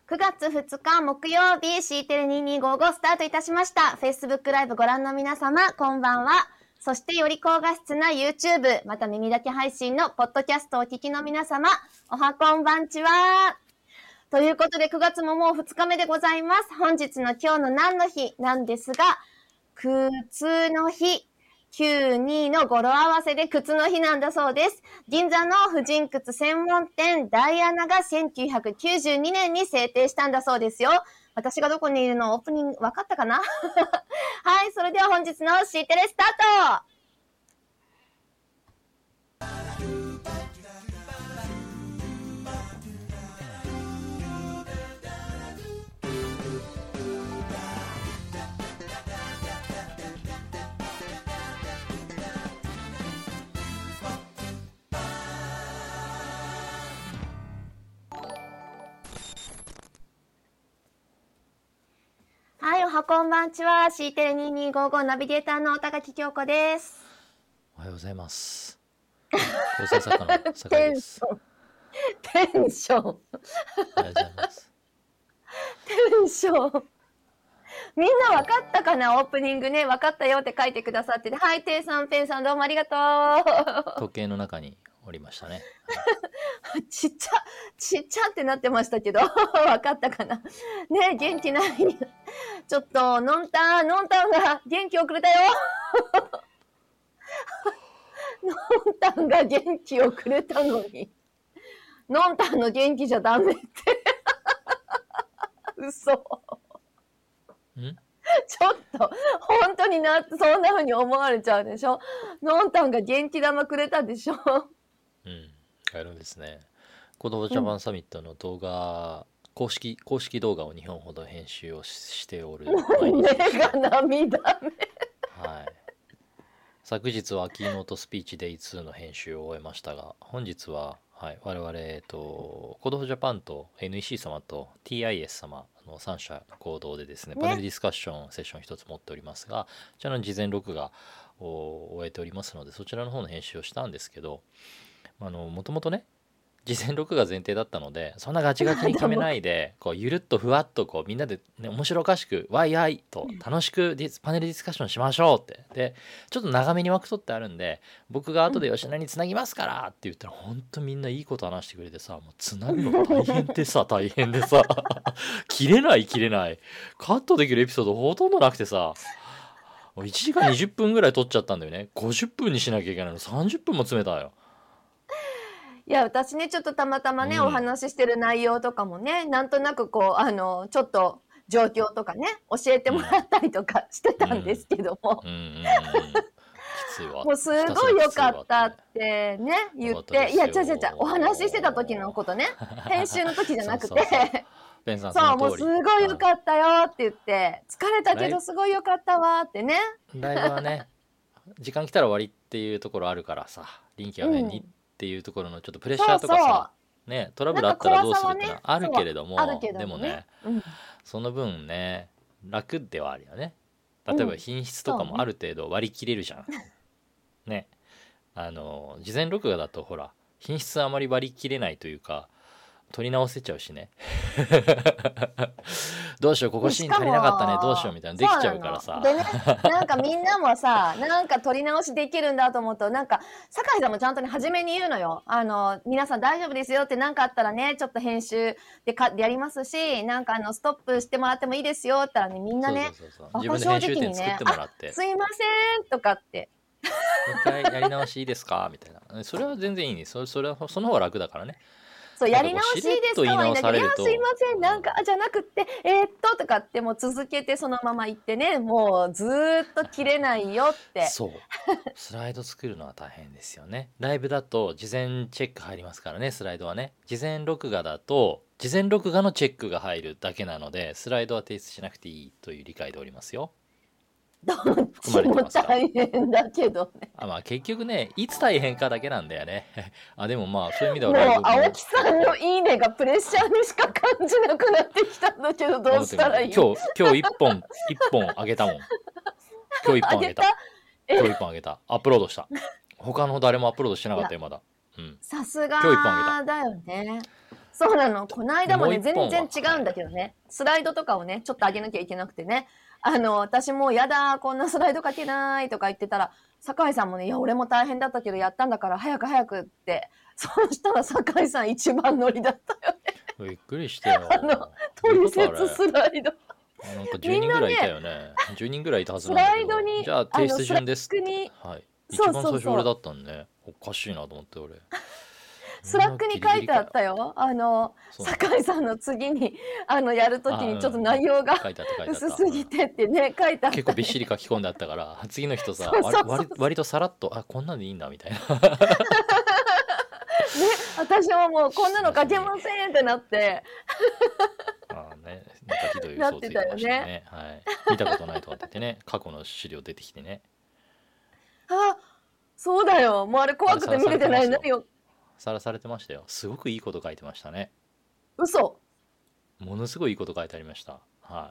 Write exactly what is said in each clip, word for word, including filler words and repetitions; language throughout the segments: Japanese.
くがつふつか木曜日 シーテレにーにーごーごスタートいたしました。Facebook ライブご覧の皆様、こんばんは。そしてより高画質な YouTube、また耳だけ配信のポッドキャストをお聞きの皆様、おはこんばんちは。ということでくがつももうふつかめでございます。本日の今日の何の日なんですが、靴の日。きゅうにの語呂合わせで靴の日なんだそうです。銀座の婦人靴専門店ダイアナがせんきゅうひゃくきゅうじゅうにねんに制定したんだそうですよ。私がどこにいるのオープニング分かったかなはい、それでは本日の C テレスタート。はい、おはこんばんちは。シーテレにーにーごーごナビゲーターの高木京子です。 おはようございます。構成作家の酒井です。 テンション。おはようございます。 テンション。みんな分かったかな？オープニングね、分かったよって書いてくださってて、はい、テイさん、ペンさんどうもありがとう。 時計の中におりましたね。 ちっちゃ、ちっちゃってなってましたけど、分かったかな？ね、元気ない。ちょっと、のんたん、のんたんが元気をくれたよ。のんたんが元気をくれたのに、のんたんの元気じゃダメって。嘘。んちょっと、本当にな、そんな風に思われちゃうでしょ。のんたんが元気玉くれたでしょ。 うん、あるんですね。子供ジャパンサミットの動画、うん、公式、公式動画をにほんほど編集を し, しておる毎日です。 目が涙目。 はい。昨日はキーノートスピーチデイツーの編集を終えましたが、本日は、はい、我々、えっと、コードフジャパンと エヌイーシー 様と ティーアイエス 様のさん社合同でですね、パネルディスカッションセッション一つ持っておりますが、こちらの事前録画を終えておりますので、そちらの方の編集をしたんですけど、あの、もともとね、事前録画前提だったので、そんなガチガチに決めないで、こうゆるっとふわっとこうみんなで、ね、面白おかしくワイワイと楽しくディスパネルディスカッションしましょうって。で、ちょっと長めに枠取ってあるんで、僕が後で吉田につなぎますからって言ったら、ほんとみんないいこと話してくれてさ、もうつなぐの大変でさ、大変でさ、切れない切れない。カットできるエピソードほとんどなくてさ、もういちじかんにじゅっぷんぐらい撮っちゃったんだよね。ごじゅっぷんにしなきゃいけないのさんじゅっぷんも詰めたよ。 いや、私ね、ちょっとたまたまね、うん、お話ししてる内容とかもね、なんとなくこう、あの、ちょっと状況とかね、教えてもらったりとかしてたんですけども。もうすごい良かったってね、言って、いや、ちゃちゃちゃ、お話ししてた時のことね、編集の時じゃなくて、 ペンさんそう、もうすごい良かったよって言って、疲れたけどすごい良かったわってね。 ライブはね、時間来たら終わりっていうところあるからさ、臨機応変に。うんっていうところのちょっとプレッシャーとかさ、そうそうね、トラブルあったらどうするっていうのはあるけれども、ね、でもね、うん、その分ね楽ではあるよね。例えば品質とかもある程度割り切れるじゃん、うん、ね。あの事前録画だとほら品質あまり割り切れないというか撮り直せちゃうしねどうしようここシーン足りなかったねどうしようみたいなできちゃうからさ。 でね、なんかみんなもさなんか撮り直しできるんだと思うとなんか酒井さんもちゃんとね初めに言うのよ。あの皆さん大丈夫ですよって何かあったらねちょっと編集でかやりますしなんかあのストップしてもらってもいいですよって言ったらねみんなね自分で編集点作ってもらってすいませんとかってもう一回やり直しいいですかみたいな。それは全然いいね。それそれはその方が楽だからね。 そうやり直しいいですかはいいんだけどいやすいませんなんかあじゃなくってえー、っととかってもう続けてそのまま行ってねもうずっと切れないよってそうスライド作るのは大変ですよね。ライブだと事前チェック入りますからね。スライドはね事前録画だと事前録画のチェックが入るだけなのでスライドは提出しなくていいという理解でおりますよ。 どっちも大変だけどね。 あまあ結局ねいつ大変かだけなんだよねあでもまあそういう意味ではもう青木さんのいいねがプレッシャーにしか感じなくなってきたんだけどどうしたらいい？ 今日今日一本一本あげたもん。今日一本あげた。今日一本あげた。アップロードした。他の誰もアップロードしてなかったよまだ。 さすがだよね。 そうなの。この間もね、 もう一本全は然違うんだけどね。スライドとかをね、ちょっと上げなきゃいけなくてね。あの、私もうやだ、こんなスライド書けないとか言ってたら、酒井さんもね、いや、俺も大変だったけど、やったんだから早く早くって。そうしたら酒井さん一番乗りだったよね。 びっくりしたよ。 あの、トリセツスライド。 あなんかじゅうにんぐらいいたよね。じゅうにんぐらいいたはずスなんだけど。 ライドに、 じゃあ提出順ですって。 あのスラックにはい。一そうそうそう番最初俺だったんね。おかしいなと思って俺。 スラックに書いてあったよ。あの、 そうなん酒井さんの次に、あの、やるときあうんにちょっと内容が書いてあった書いてあった薄すぎてってね、書いてあった。 結構びっしり書き込んであったから次の人さそうそうそう割割割とさらっとあこんなんでいいんだみたいなね、私ももうこんなの書けませんってなって。 ああね、なんかひどいなっ嘘をついててたよね。 ましたね。はい。見たことないとかって言ってね、過去の資料出てきてね。 あ、そうだよ。もうあれ怖くて見れてないのよ。 さらされてましたよ。すごくいいこと書いてましたね。 嘘。 ものすごいいいこと書いてありました。はい。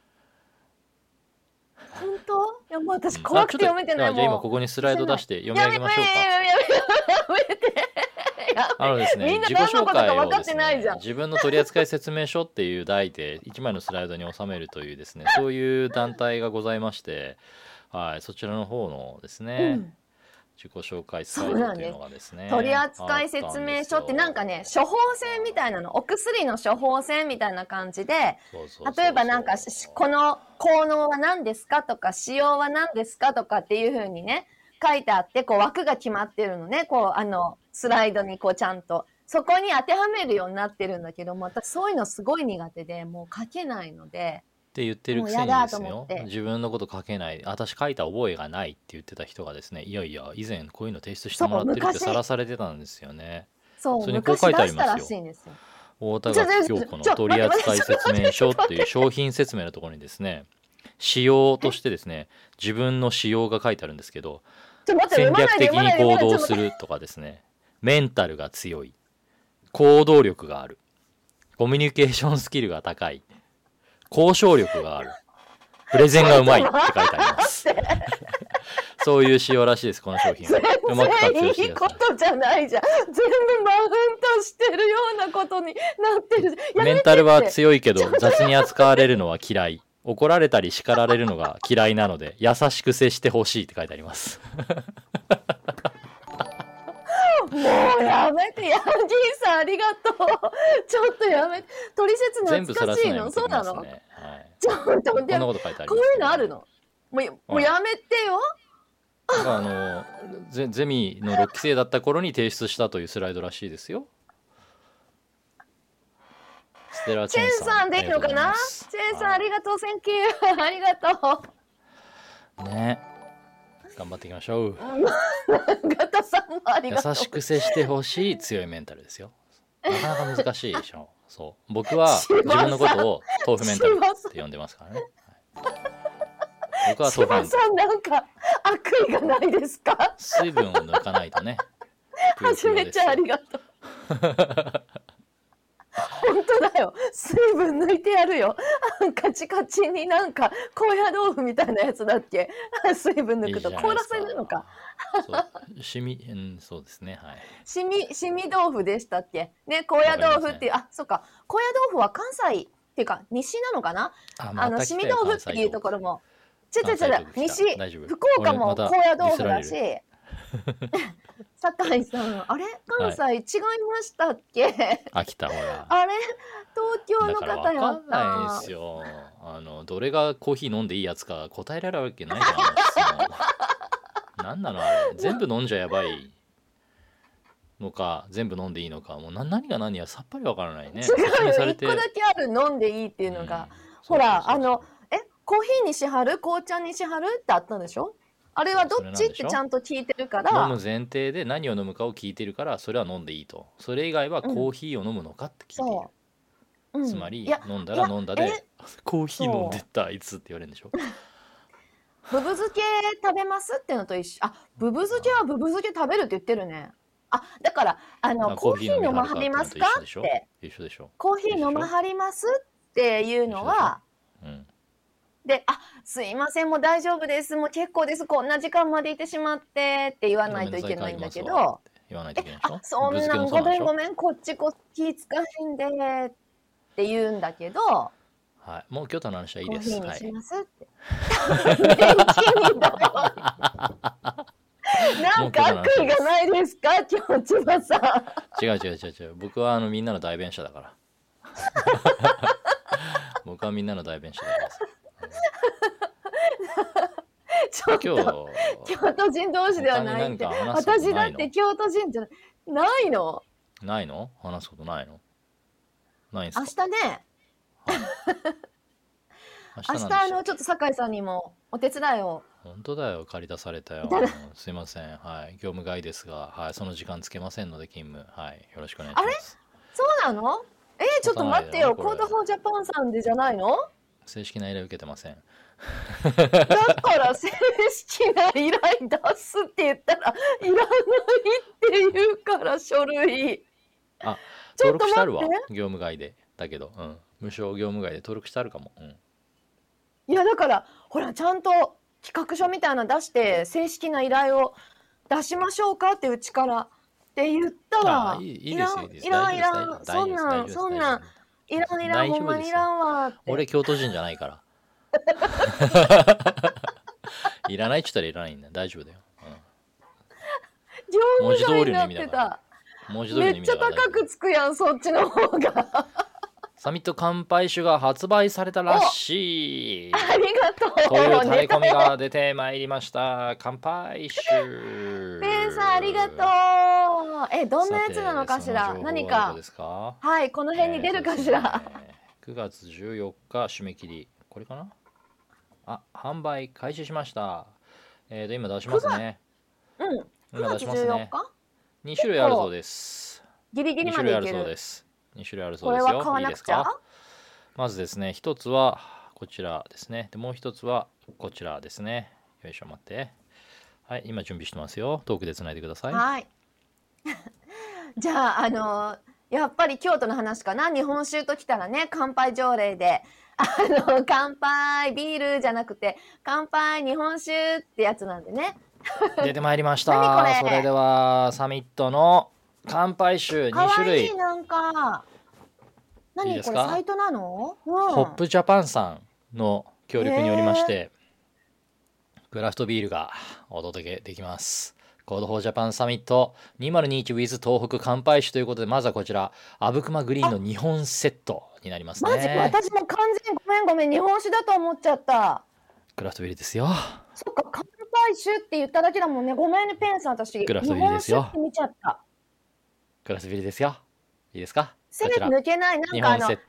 本当？いやもう私怖くて読めてないもん。 じゃあ今ここにスライド出して読み上げましょうか。 やめてやめてやめて。 あのですね、 みんな自己紹介を何のことか分かっですねてないじゃん、 自分の取扱説明書っていう題でいちまいのスライドに収めるというですね、そういう団体がございまして、はい、そちらの方のですね、 うん自己紹介スライドっていうのがですね、 取扱説明書ってなんかね、処方箋みたいなの、お薬の処方箋みたいな感じで、 そうそうそうそう例えばなんかしこの効能は何ですかとか使用は何ですかとかっていう風にね書いてあって、こう枠が決まってるのね、こうあのスライドにこうちゃんとそこに当てはめるようになってるんだけども、私そういうのすごい苦手でもう書けないので。 って言ってるくせにもうやだですよ、 と思って自分のこと書けない、私書いた覚えがないって言ってた人がですね、いやいや以前こういうの提出してもらってるってさらされてたんですよね。 そうそれにこう書いてありますよ。 昔出したらしいんですよ。 大田垣京子の取扱説明書っていう商品説明のところにですね、使用としてですね、自分の使用が書いてあるんですけど、戦略的に行動するとかですね、メンタルが強い、行動力がある、コミュニケーションスキルが高い、交渉力がある、プレゼンがうまいって書いてありますそういう仕様らしいです、この商品は。うまく活用していいことじゃないじゃん。全部マウントしてるようなことになってる。 メンタルは強いけど雑に扱われるのは嫌い、怒られたり叱られるのが嫌いなので優しく接してほしいって書いてありますもうやめて、ヤンキーさんありがとう。ちょっとやめて。取説懐かしいの？そうなの？はい、ちょっとこんなこと書いてあります、ね、 こういうのあるの？もう、もうやめてよ。 あのゼゼミのろっき生だった頃に提出したというスライドらしいですよ。ステラチェンさん、 チェンさんでいいのかな？チェンさんありがとう、センキュー。ありがとう。ね。頑張っていきましょう。 ガタさんもありがとう。 優しく接してほしい強いメンタルですよ。なかなか難しいでしょ。そう。僕は自分のことを豆腐メンタルって呼んでますからね。はい、僕は豆腐メンタル。 柴さんなんか悪意がないですか？ 水分を抜かないとね。 初めちゃありがとう。本当だよ。水分抜いてやるよ。カチカチになんか高野豆腐みたいなやつだっけ？水分抜くと凍らせるのか。 そうしみ、うん、そうですね。はい。 しみしみ豆腐でしたっけ？ね、高野豆腐っていう、あ、そうか。高野豆腐は関西っていうか西なのかな？あ、ま、あのしみ豆腐っていうところも。ちょちょちょ西福岡も高野豆腐だし。酒井さん、あれ関西違いましたっけ？はい、 秋田ほら。 あれ東京の方やった。 だから分かんないですよ。あのどれがコーヒー飲んでいいやつか答えられるわけないじゃないですか。なんなのあれ。全部飲んじゃやばいのか、全部飲んでいいのか、もう何何が何やさっぱり分からないね。 違うよ。一個だけある飲んでいいっていうのが、うん、ほらあのえコーヒーにしはる紅茶にしはるってあったんでしょ？あれはどっちってちゃんと聞いてるから、 飲む前提で何を飲むかを聞いてるから、それは飲んでいいと。それ以外はコーヒーを飲むのかって聞いている、うん、つまり飲んだら飲んだでコーヒー飲んでったあいつって言われるんでしょ。 ブブ漬け食べますっていうのと一緒。あ、ブブ漬けはブブ漬け食べるって言ってるね。あ、だからあのコーヒー飲まはりますかって、 一緒でしょ。 コーヒー飲まはりますっていうのは、うん。で、あ、すいません、もう大丈夫です、もう結構です、こんな時間までいてしまってって言わないといけないんだけど、 言わないといけないでしょ。 そんなんごめんごめんこっちこっち気使えんでって言うんだけど、 はい、もう京都の話はいいです。 コーヒーにしますって。なんか悪意がないですか、今日千葉さん。 違う違う違う違う。僕はあのみんなの代弁者だから。僕はみんなの代弁者だからさ。 ちょっと京都人同士ではないって。私だって京都人じゃないの。 ないの？話すことないの？ないんすか？ 明日ね。明日、明日あのちょっと酒井さんにもお手伝いを。 本当だよ、借り出されたよ。すいません、はい、業務外ですが、はい、その時間つけませんので勤務、はい、よろしくお願いします。 あれ？そうなの？えー、ちょっと待ってよ、コードフォージャパンさんでじゃないの？ 正式な依頼受けてません。 だから正式な依頼出すって言ったらいらないって言うから書類。 あ、登録してあるわ、業務外で。だけど、うん、無償業務外で登録してあるかも。うん、 いやだからほらちゃんと企画書みたいなの出して正式な依頼を出しましょうかってうちからって言ったら、 いいですよ、 いらんいらん、そんなんそんなんいらんいらん、ほんまにいらんわって。 俺京都人じゃないからいらないっつったらいらないんだ、大丈夫だよ、 うん、文字通りの意味だから。文字通りの意味だから。めっちゃ高くつくやん、そっちの方がサミット乾杯酒が発売されたらしい。 ありがとう。 というタレコミが出てまいりました。乾杯酒。 ペンさんありがとう。え、どんなやつなのかしら。何か。はい、この辺に出るかしら。 えー、くがつじゅうよっか締め切り。これかな。あ、販売開始しました。えーと今出しますね。 うん。今出しますね。 に種類あるそうです。 ギリギリまでいける。 に種類あるそうです。に種類あるそうですよ。これは買わなくちゃ。いいですか？まずですね、一つはこちらですね。でもう一つはこちらですね。よいしょ、待って。はい、今準備してますよ。トークでつないでください。 はい。じゃあ、あのー、やっぱり京都の話かな。日本酒ときたらね、乾杯条例で、あの、乾杯ビールじゃなくて、乾杯日本酒ってやつなんでね。 出てまいりました。それではサミットの乾杯酒に種類。 かわいい、なんか。何これサイトなの？ うん、ホップジャパンさんの協力によりまして、クラフトビールがお届けできます。コードフォージャパンサミットにせんにじゅういち with 東北乾杯酒ということで、まずはこちらあぶくまグリーンの日本セットになりますね。 マジか、私も完全にごめんごめん、日本酒だと思っちゃった。 クラフトビールですよ。 そっか、乾杯酒って言っただけだもんね。ごめんねペンさん、私クラフトビールですよ。 日本酒って見ちゃった。 クラフトビールですよ。いいですか？ せめて抜けない、なんかあの、えって、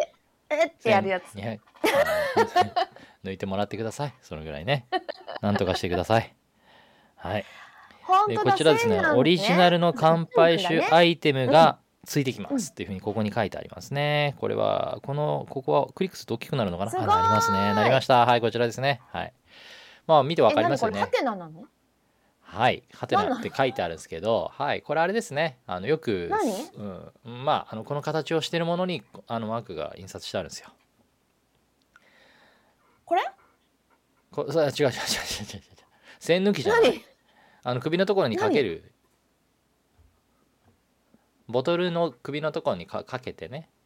えってやるやつ。 抜いてもらってください。そのぐらいね。なんとかしてください。はい。でこちらですね、オリジナルの乾杯酒アイテムがついてきますっていうふうにここに書いてありますね。これは、この、ここはクリックすると大きくなるのかな？あ、なりますね。なりました。はい、こちらですね。はい。まあ、見てわかりますよね。 ハテナなの？ はい、ハテナって書いてあるんですけど、はい、これあれですね。あのよく、うん、まあ、あのこの形をしているものにあのマークが印刷してあるんですよ。 これ？ これ、それは違う違う違う違う違う。線抜きじゃない。あの首のところにかける。ボトルの首のところに か, かけてね。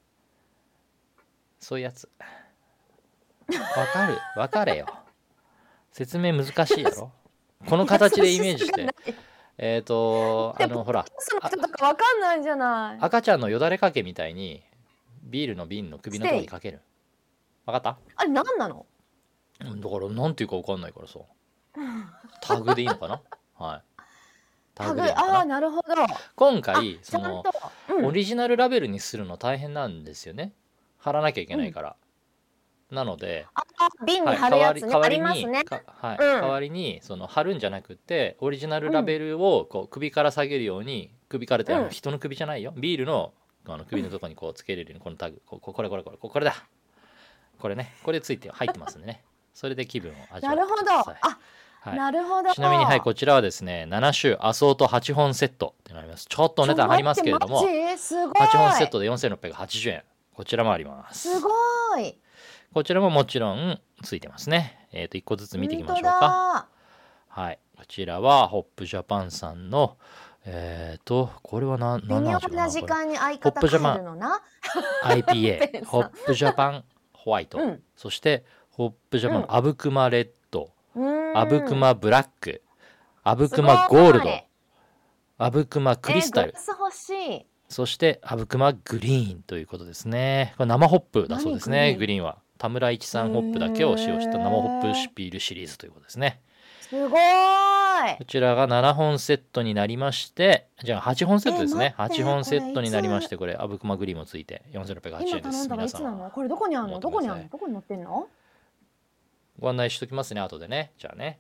そういうやつ。わかる？わかれよ。説明難しいやろ。この形でイメージして。えっと、あの、ほら。 わかんないじゃない。 赤ちゃんのよだれかけみたいに、ビールの瓶の首のところにかける。わかった？ あれ、何なの？ だから、なんていうかわかんないからさ。タグでいいのかな？はい。 タグ、ああ、なるほど。 今回、その、うん、オリジナルラベルにするの大変なんですよね。貼らなきゃいけないから。うん、なので、 あ、瓶に貼るやつね、ありますね。 はい、代わりにその貼るんじゃなくて、オリジナルラベルをこう首から下げるように、首からって人の首じゃないよ。ビールのあの首のところにこうつけれるようにこのタグ、ここれこれこれこれだ。これね、これついて入ってますんでね。それで気分を味わってください。なるほど。あ、 はい、なるほど。 ちなみに、はい、こちらはですね、なな種アソートはちほんセットってなります。ちょっとお値段張りますけれども、はちほんセットでよんせんろっぴゃくはちじゅうえん。こちらもあります。 すごい。 こちらももちろんついてますね。えっと、いっこずつ見ていきましょうか。はい。こちらはホップジャパンさんの、 えっ、ー、とこれは何微妙な時間に相方帰るのな。 アイピーエー ホップジャパンホワイト、うん、そしてホップジャパン、うん、アブクマレッド、アブクマブラック、アブクマゴールド、アブクマクリスタル、 えー、欲しい。 そしてアブクマグリーンということですね。これ生ホップだそうですね。グリーンは田村一産ホップだけを使用した生ホップシュピールシリーズということですね。 すごーい。 こちらがななほんセットになりまして、じゃあはちほんセットですね。はちほんセットになりまして、これアブクマグリーンもついてよんせんろっぴゃくはちじゅうえんです。 今頼んだらいつなの？これどこにあるの？どこにあるの？どこに載ってんの？ ご案内しときますね、後でね。じゃあね。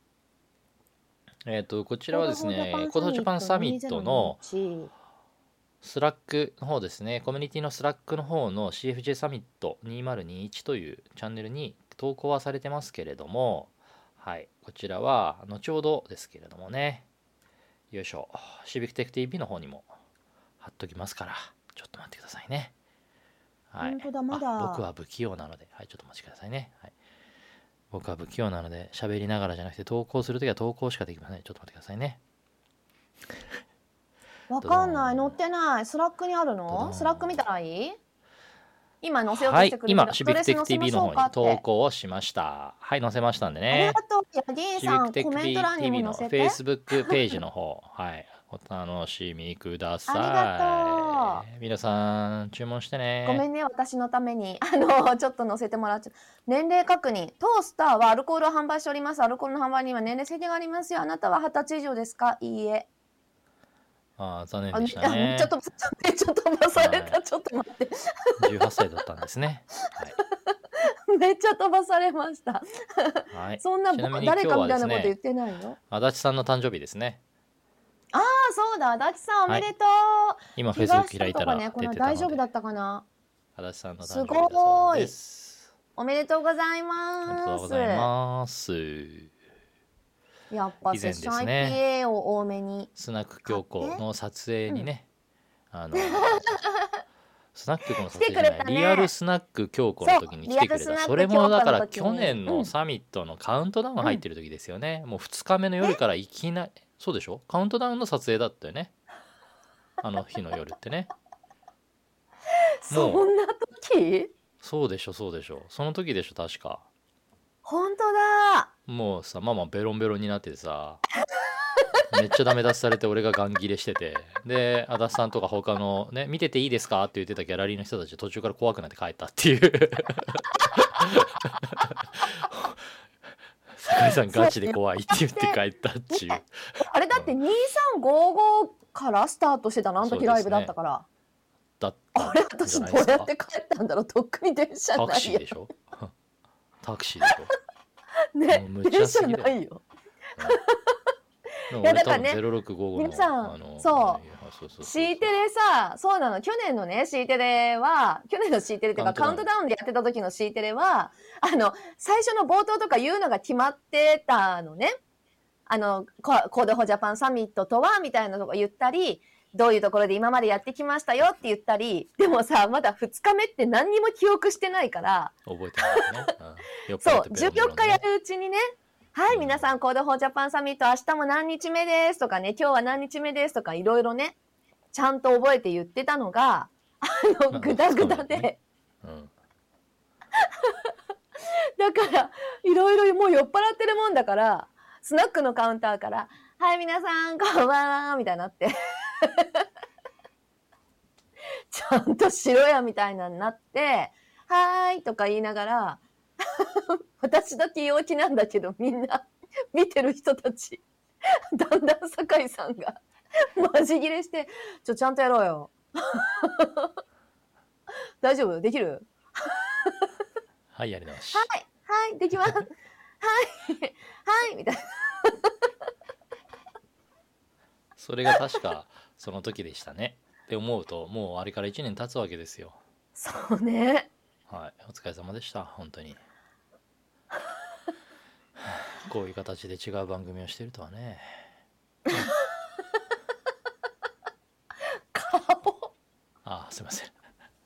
えっ、ー、とこちらはですね、コードジャパンサミットのスラックの方ですね、コミュニティのスラックの方の シーエフジェー サミットにせんにじゅういちというチャンネルに投稿はされてますけれども、はい、こちらは後ほどですけれどもね、よいしょ、シビックテック ティーブイ の方にも貼っときますから、ちょっと待ってくださいね。はい、 本当だ、まだ僕は不器用なので、はい、ちょっとお待ちくださいね。はい、僕は不器用なので、喋りながらじゃなくて投稿するときは投稿しかできません。ちょっと待ってくださいね。 わかんない、載ってない。スラックにあるの？スラック見たらいい？今載せようとしてくれてる。 はい、今シビックテック ティーブイ の方に投稿をしました。はい、載せましたんでね。 ありがとう。ヤギンさん、コメント欄にも載せて。 シビックテック ティーブイ の Facebook ページの方、はい、お楽しみください。 ありがとう。 皆さん注文してね。 ごめんね、私のためにあのちょっと載せてもらっちゃう。年齢確認。トースターはアルコールを販売しております。アルコールの販売には年齢制限がありますよ。あなたははたち以上ですか？いいえ。 ああ、残念でしたね。 ちょっとちょっと飛ばされた、はい、ちょっと待って。 じゅうはっさいだったんですね。 はい、めっちゃ飛ばされました。はい、そんな誰かみたいなこと言ってないよ。 足立さんの誕生日ですね。 ああ、そうだ、足立さんおめでとう。はい、 今フェイスブック開いたら出てたので、 ね、大丈夫だったかな。 足立さんの誕生日だそうです。 おめでとうございます。 おめでとうございます。 やっぱセッション アイピーエー を多めにスナック教皇の撮影にね、うん、あのスナック教皇の撮影じゃない、ね、リアルスナック教皇の時に来てくれた。 そ, それもだから去年のサミットのカウントダウン入ってる時ですよね、うん、もうふつかめの夜からいきなり、そうでしょ、カウントダウンの撮影だったよね、あの日の夜ってね。 そんな時？ そうでしょそうでしょ、その時でしょ確か。 本当だ。 もうさ、ママベロンベロンになっててさめっちゃダメ出しされて、俺がガン切れしてて、で足立さんとか他のね、見てていいですかって言ってたギャラリーの人たち途中から怖くなって帰ったっていう酒井さんガチで怖いって言って帰ったっていうあれだってにせんごじゅうごからスタートしてたの、あの時ライブだったから、 だったあれ私どうやって帰ったんだろう。とっくに電車ないよ。 タクシーでしょタクシーでしょね、電車ないよ。 いやだからね、 皆さん、そう、C テレさ、そうなの、去年のね C テレは、去年の C テレっていうかカウントダウンでやってた時の C テレは、あの最初の冒頭とか言うのが決まってたのね。あのコードフォージャパンサミットとはみたいなとこ言ったり、どういうところで今までやってきましたよって言ったり、でもさ、まだふつかめって何にも記憶してないから、 覚えてないね、 うん、そうじゅうよっかやるうちにね、はい、皆さん、コードフォージャパンサミット、明日も何日目ですとかね、今日は何日目ですとか、いろいろね、ちゃんと覚えて言ってたのが、あの、ぐだぐだで。ね、うん、だから、いろいろもう酔っ払ってるもんだから、スナックのカウンターから、はい、皆さん、こんばんは、みたいになって。ちゃんと白屋みたいなになって、はーいとか言いながら、私だけ陽気なんだけど、みんな見てる人たちだんだん酒井さんがマジ切れして、ちょちゃんとやろうよ大丈夫？できる？ はいやり直し。 はいはいできますはいはいみたいなそれが確かその時でしたねって思うと、もうあれからいちねん経つわけですよ。 そうね、 はい、お疲れ様でした本当にこういう形で違う番組をしてるとはね顔ああすいません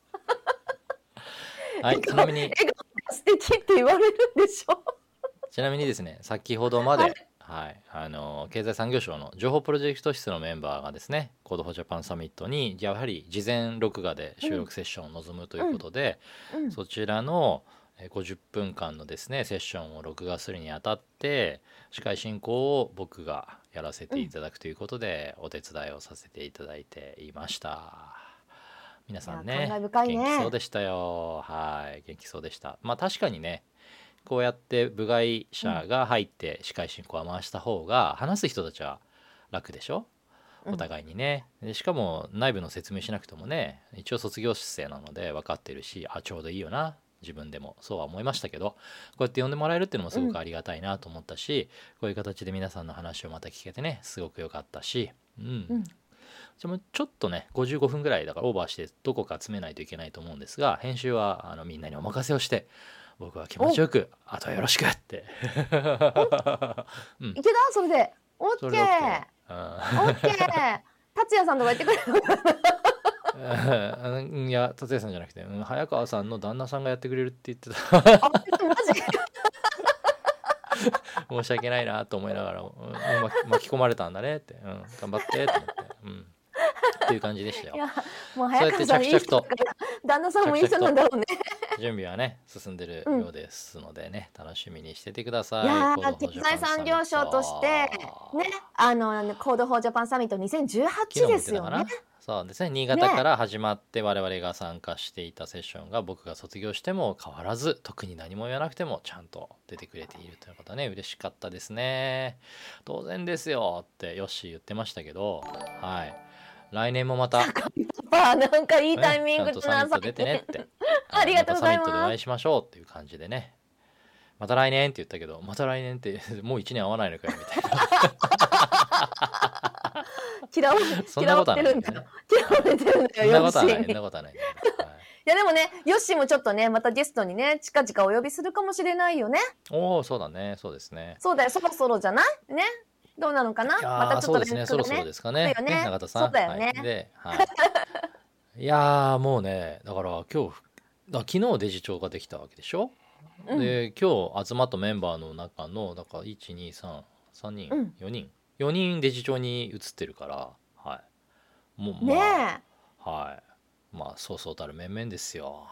はい、ちなみに笑顔素敵って言われるんでしょちなみにですね、先ほどまで、はい、 はい、あの経済産業省の情報プロジェクト室のメンバーがですね、コードフォージャパンサミットにやはり事前録画で収録セッションを臨むということで、 うんそちらのえーごじゅっぷんかんのですねセッションを録画するにあたって司会進行を僕がやらせていただくということで、お手伝いをさせていただいていました。皆さんいや感慨ね深いね元気そうでしたよ。はい元気そうでした。まあ確かにね、こうやって部外者が入って司会進行を回した方が話す人たちは楽でしょ、 うんお互いにね。でしかも内部の説明しなくてもね、一応卒業生なので分かってるし、あちょうどいいよな、自分でもそうは思いましたけど、こうやって呼んでもらえるっていうのもすごくありがたいなと思ったし、こういう形で皆さんの話をまた聞けてねすごく良かったし、うん、 うんじゃあもうちょっとねごじゅうごふんぐらいだからオーバーしてどこか詰めないといけないと思うんですが、編集はあのみんなにお任せをして、僕は気持ちよくあとはよろしくってうんいけたそれでオッそれでケー OK オッケー達也さんとか言ってくれるのかなうんうんいや達也さんじゃなくて、うん、早川さんの旦那さんがやってくれるって言ってたあマジ申し訳ないなと思いながら、うんうん巻き巻き込まれたんだねって、うん、頑張ってと思って、うんっていう感じでしたよ。 いやもうそうやって早川さんいい着々と人だから旦那さんもいい人なんだろうね準備はね進んでるようですのでね、楽しみにしててください。 いやーコードフォー経済ジャパンサミット産業省としてねあのコードフォージャパンサミットにせんじゅうはち昨日もですよね言ってたかな。そうですね、新潟から始まって我々が参加していたセッションが、僕が卒業しても変わらず特に何も言わなくてもちゃんと出てくれているということはね嬉しかったですね。当然ですよってヨッシー言ってましたけど、はい来年もまたパパなんかいいタイミングねちゃんとサミット出てねってありがとうございますまたサミットでお会いしましょうっていう感じでね、また来年って言ったけど、また来年ってもういちねん会わないのかよみたいな嫌わそんなことはない嫌われてるんだよ嫌われてるんだそんなよヨッシーにことはないそんなことはない、はいいやでもねヨッシーもちょっとねまたゲストにね近々お呼びするかもしれないよね。 おおそうだね、そうですね。 そうだよそろそろじゃないねどうなのかないやまたちょっとーそうですね、そろそろですかね。 そうだよね永田さん。 そうだよねはい、で、はい。いやーもうね、だから今日、だ昨日デジ帳ができたわけでしょ。 うんで、今日集まったメンバーの中の、だからいち、に、さん、さんにん、 うんよにん、よにんデジ帳に移ってるから、はい。もう、 ねまえあ、はい。まあ、そうそうたる面々ですよ。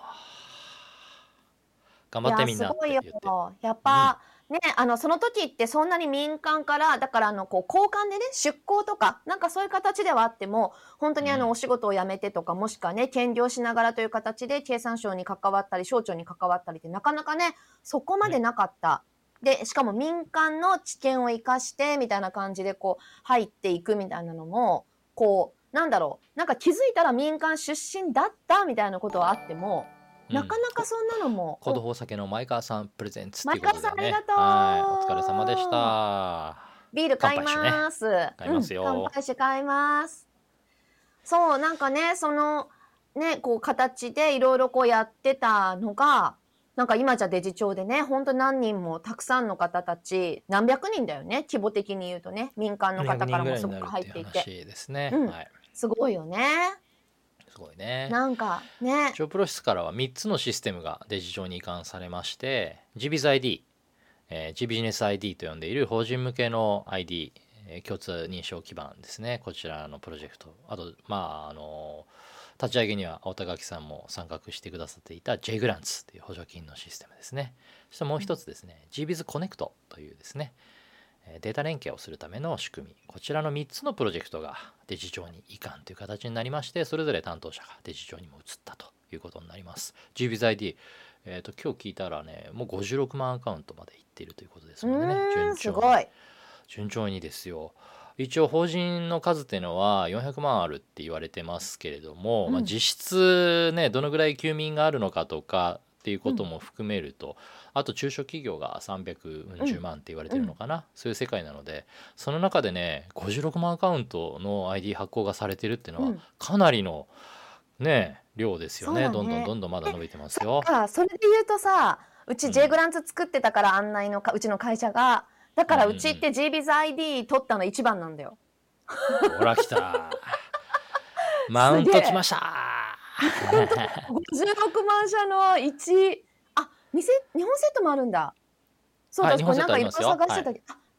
頑張ってみんなって言って。 いやすごいよやっぱ、ねあのその時ってそんなに民間からだからあのこう交換でね出向とかなんかそういう形ではあっても本当にあの、 うんお仕事を辞めてとかもしくはね兼業しながらという形で経産省に関わったり省庁に関わったりってなかなかねそこまでなかった。でしかも民間の知見を生かしてみたいな感じでこう入っていくみたいなのもこうなんだろうなんか気づいたら民間出身だったみたいなことはあっても、 うんなかなかそんなのもコード宝酒の前川さんプレゼンツっていうことでね。 前川さんありがとうはい、お疲れ様でした。 ビール買います。 買いますようん、乾杯して買います。そう、なんかね、その、ね、こう形でいろいろこうやってたのが、なんか今じゃデジ庁でね、ほんと何人もたくさんの方たち、何百人だよね、規模的に言うとね、民間の方からもすごく入っていて、 話ですね。 うんはい。 すごいよね。 すごいね。 なんかね、 ジョープロ室からはみっつのシステムがデジ庁に移管されまして、ジービズ アイディー、えー、G ビジネス アイディー と呼んでいる法人向けの アイディー、えー共通認証基盤ですね。こちらのプロジェクト。あと、まあ、あのー立ち上げには青田垣さんも参画してくださっていた J グランツという補助金のシステムですね。そしてもう一つですね、ジービズ コネクトというですね、データ連携をするための仕組み、こちらのみっつのプロジェクトがデジ庁に移管という形になりまして、それぞれ担当者がデジ庁にも移ったということになります。 ジービズ アイディー、えー、と今日聞いたらねもうごじゅうろくまんアカウントまでいっているということですうのでね、 ーん、 順調にすごい。 順調にですよ。一応法人の数っていうのはよんひゃくまんあるって言われてますけれども、 うんまあ、実質ねどのぐらい休眠があるのかとかっていうことも含めると、あと中小企業がさんびゃくうんじゅうまんって言われてるのかな、そういう世界なので、その中でねごじゅうろくまんアカウントの アイディー 発行がされてるっていうのはうんかなりのね量ですよね。 そうだねどんどんどんどんまだ伸びてますそっよ。 か、それで言うとさ、うちうん J グランツ作ってたから案内のか、うちの会社が。だからうちって ジービズ アイディー 取ったの一番なんだよ。 ほら来たマウント来ましたごじゅうろくまん社のいち、あ、店、日本セットもあるんだ。そうだ、 はいこれなんかいろいろ日本セットありますよ探してたけど、あ、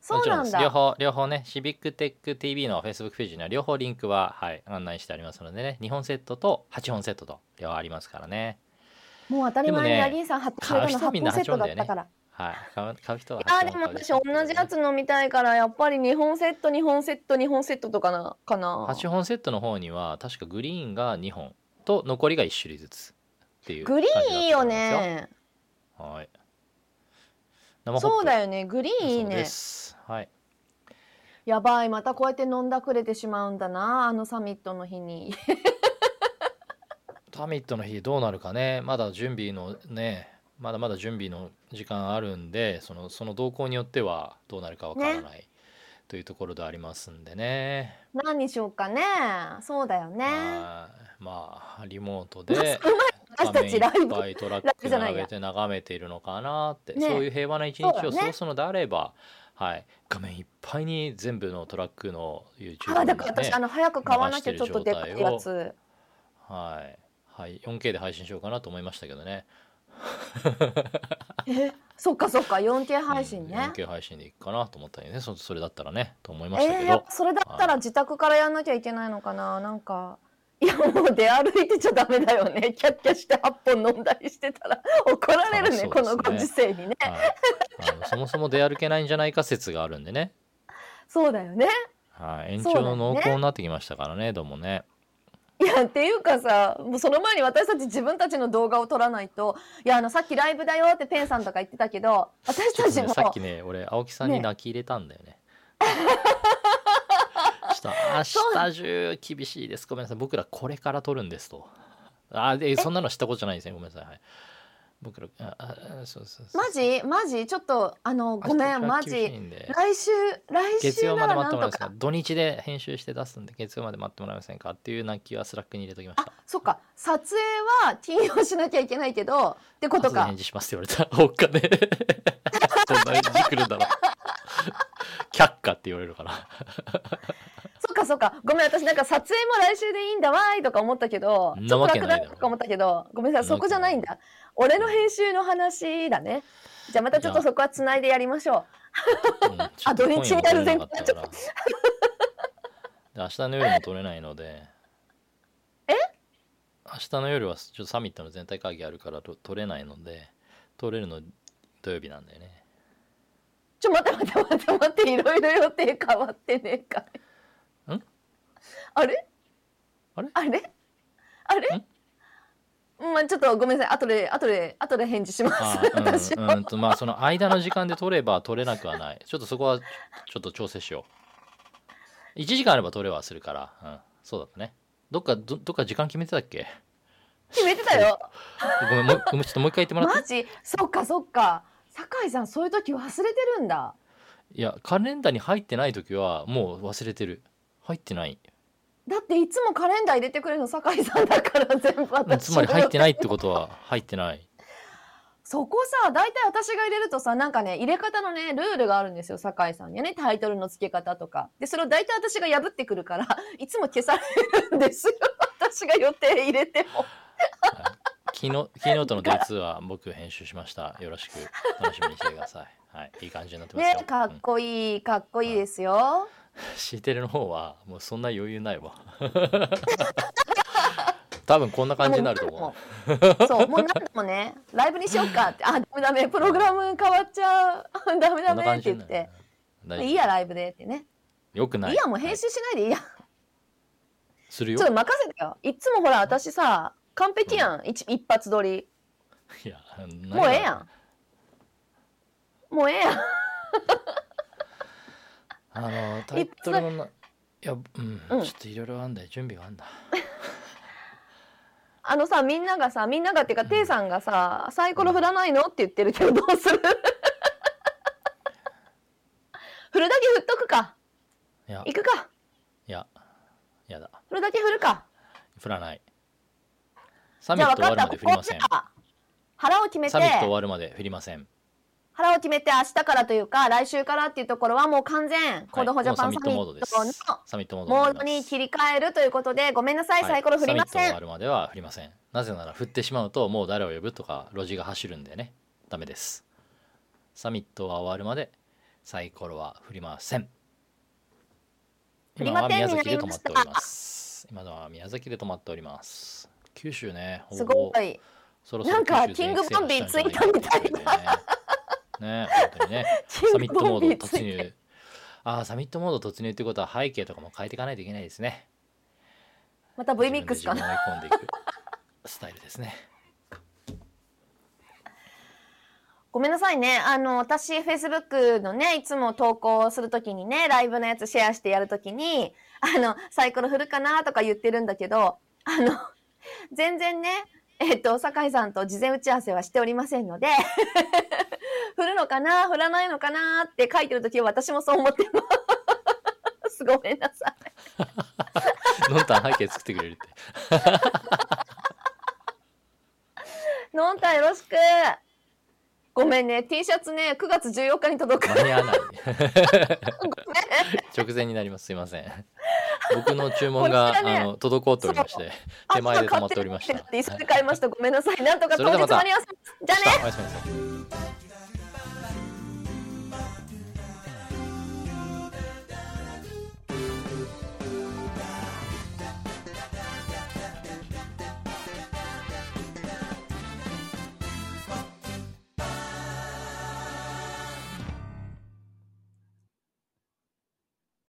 そうなんだ。 もちろんです。両方、両方ね、シビックテック ティーブイ の Facebook ページには両方リンクは、はい、案内してありますのでね、にほんセットとはっぽんセットと両方ありますからね。 もう当たりでも前にラね、 ギンさん貼ってく買うれたの8 人はみんな本セットはちほんだよね。 だったから。 はい。買う買う人はいやはちほんでも私買うでしょ同じやつ飲みたいからやっぱりにほんセットにほんセットにほんセットとかなかな。 はっぽんセットの方には確かグリーンがにほんと残りがいち種類ずつっていうグリーンいいよ感じだったと思いね。 ますよ。はい。生ホップそうだよね、グリーンいいそうでね。 す。はい。 やばい、またこうやって飲んだくれてしまうんだな、あのサミットの日に。 サミットの日どうなるかね、まだ準備のね、まだまだ準備の時間あるんで、そのその動向によってはどうなるかわからないというところでありますんでね。 何にしようかね。そうだよね。 はいまあリモートでその前に私た画面いっちライブぱいトラッライクブじゃないや並べて眺めているのかなって、 ねそういう平和な一日をそうだね過ごすのであれば、はい画面いっぱいに全部のトラックの YouTube あだから私、 ねあの早く買わなきゃちょっとでかいやつ。 はい、はい、よんケー で配信しようかなと思いましたけどね。 え、そっかそっか よんケー 配信うん、 ね。 よんケー 配信でいいかなと思ったりね、そそれだったらねと思いましたけえー、 ど、 やっぱそれだったら自宅からやんなきゃいけないのかな。なんかいやもう出歩いてちゃダメだよね。キャッキャしてはっぽん飲んだりしてたら怒られるね、 そうですねこのご時世にね。 はい、あのそもそも出歩けないんじゃないか説があるんでね、 そうだよね。 はい、延そうだよね長濃厚になってきましたからね、どうもね。 いやっていうかさ、もうその前に私たち自分たちの動画を撮らないと。いやあのさっきライブだよってペンさんとか言ってたけど、私ちょっとね、 たちもさっきね俺青木さんに泣き入れたんだよね。ちょっと明日中厳しいです、ごめんなさい、僕らこれから撮るんですと。あでそんなの知ったことじゃないですね、ごめんなさい。はい、僕らああそうそうそうマジマジちょっとあのごめんマ明日厳しいジんで来週来月週な曜まで待ってらなんとか。 もらえますか、土日で編集して出すんで月曜まで待ってもらえませんかっていう泣きはスラックに入れときましあた。 そっか、撮影は金曜しなきゃいけないけどってことか後で返。事しますって言われた。おっかねどんな返事来るんだろう。却下って言われるから。 そっかそっか、ごめん私なんか撮影も来週でいいんだわーいとか思ったけど、 んなわけないだろちょっと楽だとか思ったけど、ごめんなさい、そこじゃないんだ。俺の編集の話だね。じゃあまたちょっとそこはつないでやりましょうんちょっとあ土日にやる前提今夜も撮れなかったからで明日の夜も撮れないので。 え明日の夜はちょっとサミットの全体会議あるからと撮れないので、撮れるの土曜日なんだよね。 う。ちょ待って待って待って待って、いろいろ予定変わってねえかい。 んあれあれあれあれまあちょっとごめんなさい、後で後で後で返事します。 あ私うんうんとまあその間の時間で撮れば撮れなくはない。ちょっとそこはちょっと調整しよう。いちじかんあれば撮れはするから、うん、そうだったね。どっかどどっか時間決めてたっけ？ 決めてたよ。 ごめん、もうごめんちょっともう一回言ってもらって。 マジ？そっかそっか。酒井さんそういう時忘れてるんだ。 いやカレンダーに入ってない時はもう忘れてる。入ってない。 だっていつもカレンダー入れてくれるの酒井さんだから全部うん私つまり入ってないってことは入ってない。 そこさ、大体私が入れるとさ、なんかね、入れ方のね、ルールがあるんですよ、酒井さんにはね、タイトルの付け方とか。で、それを大体私が破ってくるから、いつも消されるんですよ、私が予定入れても。 キーノキーノートの デイツー は僕編集しました。よろしく楽しみにしてください。はい、いい感じになってますよ。 ね、かっこいい、かっこいいですよ。 シーテレの方はもうそんな余裕ないわ。多分こんな感じになると思う。そう、もう何度もね、ライブにしようかって、あ、ダメダメ、プログラム変わっちゃう、ダメダメって言って、いいや、ライブでってね。 よくない。 いいや、もう編集しないでいいや。 するよ。 ちょっと任せてよ。いつもほら、私さ、完璧やん、うん、一, 一発撮り。 いや、 もうええやん。もうええやん。 あのタイトルのな、いや、うん、うん、ちょっといろいろあんだよ、準備があんだ。 あのさ、みんながさ、みんながっていうか、テイさんがさ、サイコロ振らないのって言ってるけど、どうする？振るだけ振っとくか。 いや、 行くか。 いや、やだ。 振るだけ振るか。 振らない。サミット終わるまで振りません。 腹を決めて。 サミット終わるまで振りません。 腹を決めて明日からというか来週からっていうところはもう完全コードフォージャパンサミットのモードに切り替えるということで、ごめんなさい、サイコロ振りません。 サミット終わるまでは振りません。なぜなら振ってしまうともう誰を呼ぶとかロジが走るんでね、ダメです。サミットは終わるまでサイコロは振りません。 振り今は宮ませんにな崎で止まっりましておりまた。 す。今のは宮崎で止まっております。九州ね、ほすぼほぼごい。 そろそろなんか九州全キングボンビ域制覇したーついんじゃないかたみたいっていう勢いでね。ね、本当にね。 キンサミットモードグボンビーつ突いて。 入。ああ、サミットモード突入ってことは背景とかも変えていかないといけないですね。 また V ミックスか自分で自分を追いな。 込んでいくスタイルですね。 ごめんなさいね。あの、私、Facebook のね、いつも投稿するときにね、ライブのやつシェアしてやるときに、あの、サイコロ振るかなとか言ってるんだけど、あの、全然ね、えっと、酒井さんと事前打ち合わせはしておりませんので、振るのかな振らないのかなって書いてるときは私もそう思ってます。ごめんなさい。 のんたん背景作ってくれるって。 のんたんよろしく。ごめんね、T シャツね、くがつじゅうよっかに届く。 間に合わない。 ごめん。 直前になります。すいません。僕の注文こちが、 らね、 あの滞っておりましそう。 て、 あ、 手前で止まっ買ってておりました。 って急いで買いました。ごめんなさい。なんとか当日それではまた間に合わせます。じゃあね。 明日おやすみなさい。